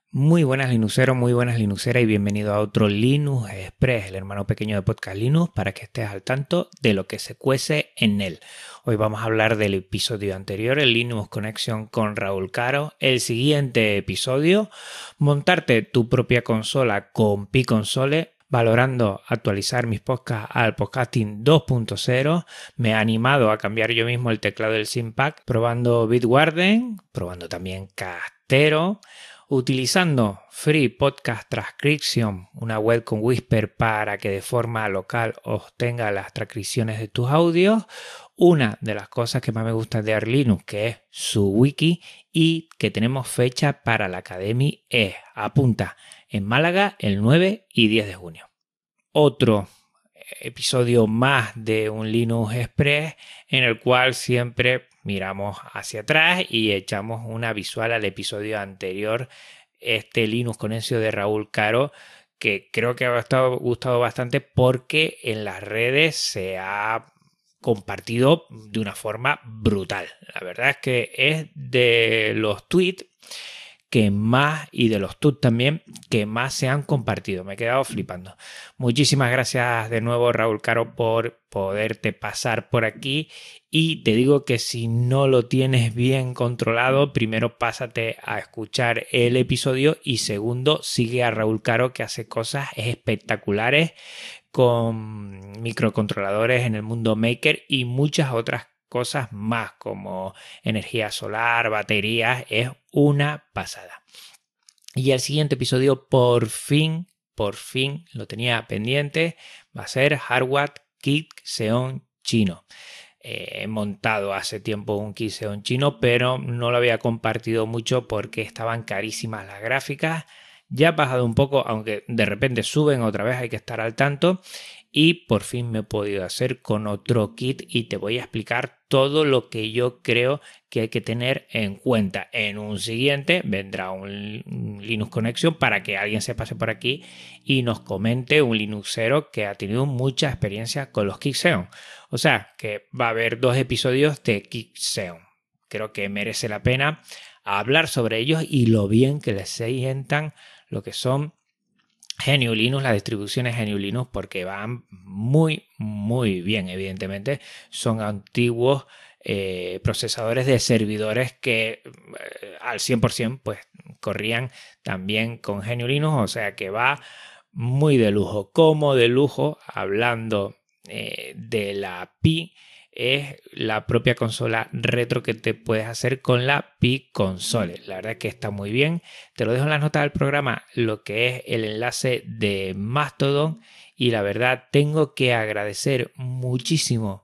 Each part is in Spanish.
Muy buenas Linuxeros, muy buenas Linuxeras y bienvenido a otro Linux Express, el hermano pequeño de Podcast Linux, para que estés al tanto de lo que se cuece en él. Hoy vamos a hablar del episodio anterior, el Linux Connection con Raúl Caro. El siguiente episodio, montarte tu propia consola con Pi Console, valorando actualizar mis podcasts al Podcasting 2.0. Me he animado a cambiar yo mismo el teclado del Sympack, probando Bitwarden, probando también Castero, utilizando Free Podcast Transcription, una web con Whisper para que de forma local obtenga las transcripciones de tus audios. Una de las cosas que más me gusta de Arlinux, que es su wiki, y que tenemos fecha para la Academia apunta en Málaga el 9 y 10 de junio. Otro episodio más de un Linux Express en el cual siempre miramos hacia atrás y echamos una visual al episodio anterior, este Linux Connection de Raúl Caro, que creo que ha gustado bastante porque en las redes se ha compartido de una forma brutal. La verdad es que es de los tweets que más, y de los tuts también, que más se han compartido. Me he quedado flipando. Muchísimas gracias de nuevo, Raúl Caro, por poderte pasar por aquí. Y te digo que si no lo tienes bien controlado, primero pásate a escuchar el episodio y segundo, sigue a Raúl Caro, que hace cosas espectaculares con microcontroladores en el mundo maker y muchas otras cosas más como energía solar, baterías. Es una pasada. Y el siguiente episodio por fin lo tenía pendiente, va a ser Hardware Kit Xeon chino. He montado hace tiempo un Kit Xeon chino, pero no lo había compartido mucho porque estaban carísimas las gráficas. Ya ha bajado un poco, aunque de repente suben otra vez, hay que estar al tanto. Y por fin me he podido hacer con otro kit y te voy a explicar todo lo que yo creo que hay que tener en cuenta. En un siguiente vendrá un Linux Connection para que alguien se pase por aquí y nos comente, un Linuxero que ha tenido mucha experiencia con los kits Xeon. O sea que va a haber 2 episodios de kits Xeon. Creo que merece la pena hablar sobre ellos y lo bien que les sientan lo que son GNU Linux, las distribuciones GNU Linux, porque van muy bien. Evidentemente son antiguos procesadores de servidores que al 100% pues corrían también con GNU Linux, o sea que va muy de lujo. Como de lujo, hablando de la Pi, es la propia consola retro que te puedes hacer con la Pi Console. La verdad es que está muy bien. Te lo dejo en las notas del programa, lo que es el enlace de Mastodon. Y la verdad tengo que agradecer muchísimo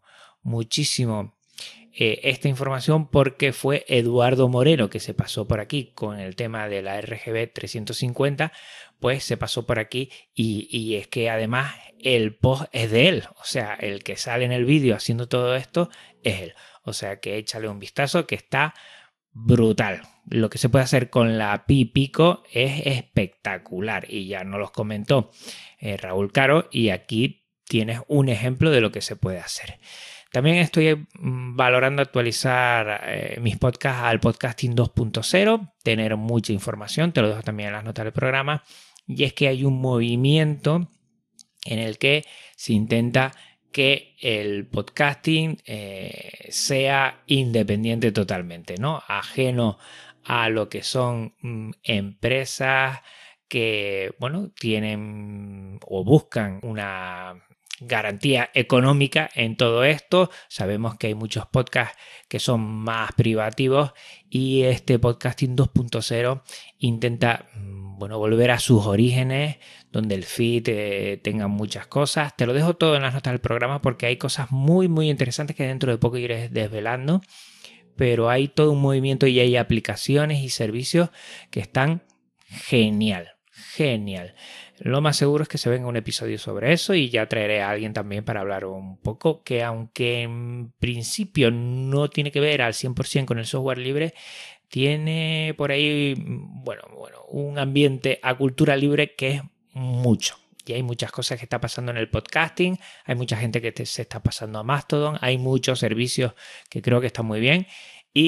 esta información porque fue Eduardo Moreno que se pasó por aquí con el tema de la RGB 350, pues se pasó por aquí y es que además el post es de él, o sea, el que sale en el vídeo haciendo todo esto es él, o sea que échale un vistazo que está brutal. Lo que se puede hacer con la Pi Pico es espectacular y ya nos los comentó Raúl Caro y aquí tienes un ejemplo de lo que se puede hacer. También estoy valorando actualizar mis podcasts al Podcasting 2.0, tener mucha información, te lo dejo también en las notas del programa, y es que hay un movimiento en el que se intenta que el podcasting sea independiente totalmente, ¿no? Ajeno a lo que son empresas que, bueno, tienen o buscan una garantía económica en todo esto. Sabemos que hay muchos podcasts que son más privativos y este Podcasting 2.0 intenta volver a sus orígenes, donde el feed tenga muchas cosas. Te lo dejo todo en las notas del programa porque hay cosas muy interesantes que dentro de poco iré desvelando, pero hay todo un movimiento y hay aplicaciones y servicios que están genial. Lo más seguro es que se venga un episodio sobre eso y ya traeré a alguien también para hablar un poco, que aunque en principio no tiene que ver al 100% con el software libre, tiene por ahí un ambiente a cultura libre que es mucho. Y hay muchas cosas que está pasando en el podcasting, hay mucha gente que se está pasando a Mastodon, hay muchos servicios que creo que están muy bien y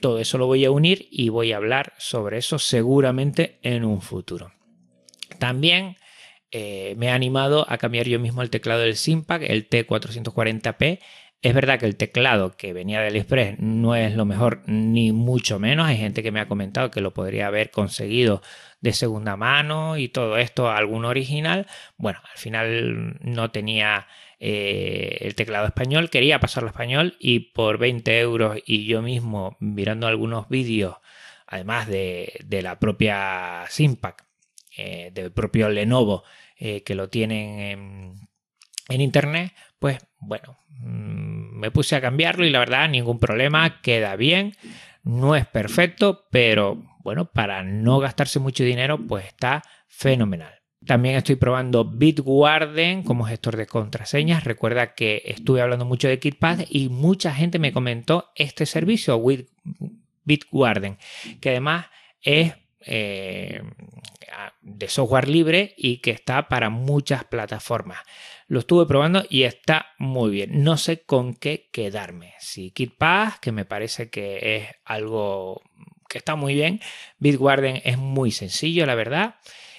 todo eso lo voy a unir y voy a hablar sobre eso seguramente en un futuro. También me he animado a cambiar yo mismo el teclado del Sympack, el T440p. Es verdad que el teclado que venía de AliExpress no es lo mejor, ni mucho menos. Hay gente que me ha comentado que lo podría haber conseguido de segunda mano y todo esto, algún original. Bueno, al final no tenía el teclado español, quería pasarlo a español y por 20 euros y yo mismo mirando algunos vídeos, además de la propia Sympack, del propio Lenovo, que lo tienen en internet, pues bueno, me puse a cambiarlo y la verdad ningún problema, queda bien, no es perfecto, pero bueno, para no gastarse mucho dinero pues está fenomenal. También estoy probando Bitwarden como gestor de contraseñas. Recuerda que estuve hablando mucho de KeePass y mucha gente me comentó este servicio, Bitwarden, que además es de software libre y que está para muchas plataformas. Lo estuve probando y está muy bien. No sé con qué quedarme. Si KeePass, que me parece que es algo que está muy bien. Bitwarden es muy sencillo, la verdad.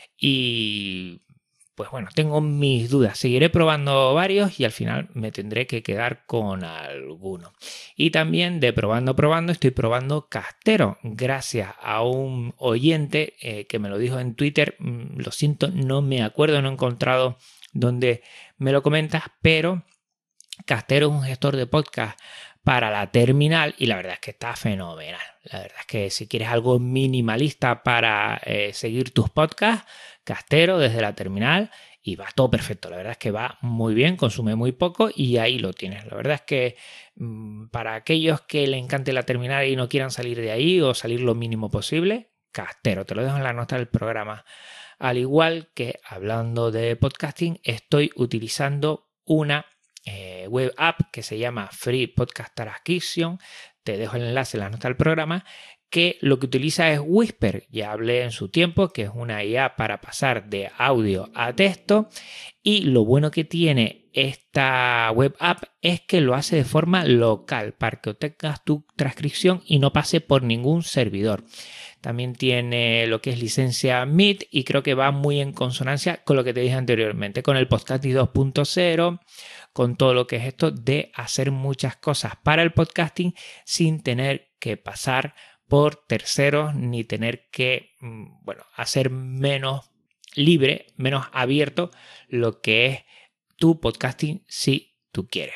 Y pues bueno, tengo mis dudas. Seguiré probando varios y al final me tendré que quedar con alguno. Y también de probando, estoy probando Castero. Gracias a un oyente que me lo dijo en Twitter. Lo siento, no me acuerdo, no he encontrado dónde me lo comentas, pero Castero es un gestor de podcast para la terminal y la verdad es que está fenomenal. La verdad es que si quieres algo minimalista para seguir tus podcasts, Castero desde la terminal y va todo perfecto. La verdad es que va muy bien, consume muy poco y ahí lo tienes. La verdad es que para aquellos que le encante la terminal y no quieran salir de ahí o salir lo mínimo posible, Castero, te lo dejo en la nota del programa. Al igual que hablando de podcasting, estoy utilizando una web app que se llama Free Podcaster Acquisition. Te dejo el enlace en la nota del programa, que lo que utiliza es Whisper. Ya hablé en su tiempo que es una IA para pasar de audio a texto y lo bueno que tiene esta web app es que lo hace de forma local para que obtengas tu transcripción y no pase por ningún servidor. También tiene lo que es licencia Meet y creo que va muy en consonancia con lo que te dije anteriormente, con el Podcasting 2.0, con todo lo que es esto de hacer muchas cosas para el podcasting sin tener que pasar por terceros ni tener que hacer menos libre, menos abierto lo que es tu podcasting si tú quieres.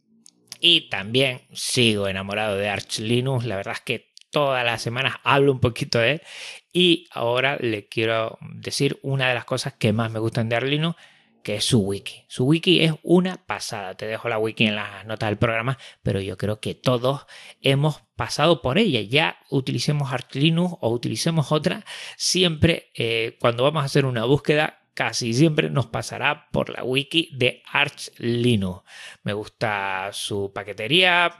Y también sigo enamorado de Arch Linux, la verdad es que todas las semanas hablo un poquito de él y ahora le quiero decir una de las cosas que más me gustan de Arch Linux, que es su wiki. Su wiki es una pasada. Te dejo la wiki en las notas del programa, pero yo creo que todos hemos pasado por ella. Ya utilicemos Arch Linux o utilicemos otra, siempre cuando vamos a hacer una búsqueda, casi siempre nos pasará por la wiki de Arch Linux. Me gusta su paquetería,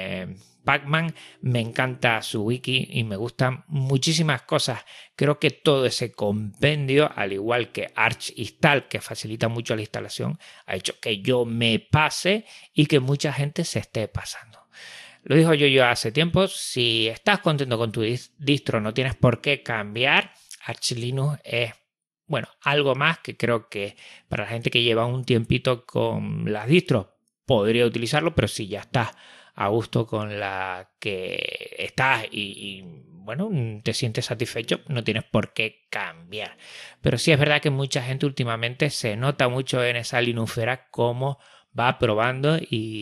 Pacman, me encanta su wiki y me gustan muchísimas cosas. Creo que todo ese compendio, al igual que Arch Install, que facilita mucho la instalación, ha hecho que yo me pase y que mucha gente se esté pasando. Lo dijo yo hace tiempo, si estás contento con tu distro no tienes por qué cambiar. Arch Linux es algo más que creo que para la gente que lleva un tiempito con las distros podría utilizarlo, pero si ya estás a gusto con la que estás y te sientes satisfecho, no tienes por qué cambiar. Pero sí es verdad que mucha gente últimamente se nota mucho en esa Linuxera cómo va probando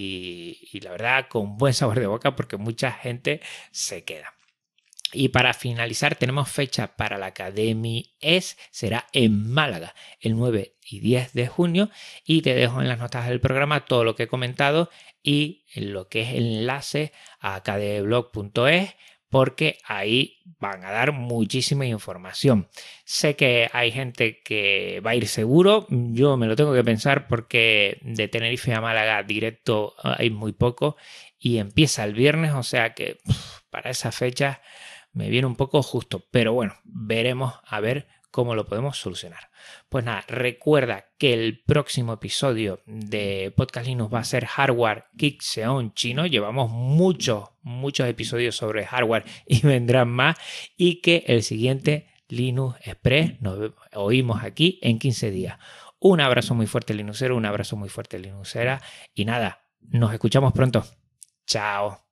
y la verdad con buen sabor de boca porque mucha gente se queda. Y para finalizar tenemos fecha para la Academy ES, será en Málaga el 9 y 10 de junio y te dejo en las notas del programa todo lo que he comentado y lo que es el enlace a academyblog.es porque ahí van a dar muchísima información. Sé que hay gente que va a ir seguro, yo me lo tengo que pensar porque de Tenerife a Málaga directo hay muy poco y empieza el viernes, o sea que para esa fecha me viene un poco justo, pero bueno, veremos a ver cómo lo podemos solucionar. Pues nada, recuerda que el próximo episodio de Podcast Linux va a ser hardware Kick Xeon chino. Llevamos muchos episodios sobre hardware y vendrán más. Y que el siguiente Linux Express nos oímos aquí en 15 días. Un abrazo muy fuerte, Linuxero, un abrazo muy fuerte, Linuxera. Y nada, nos escuchamos pronto. Chao.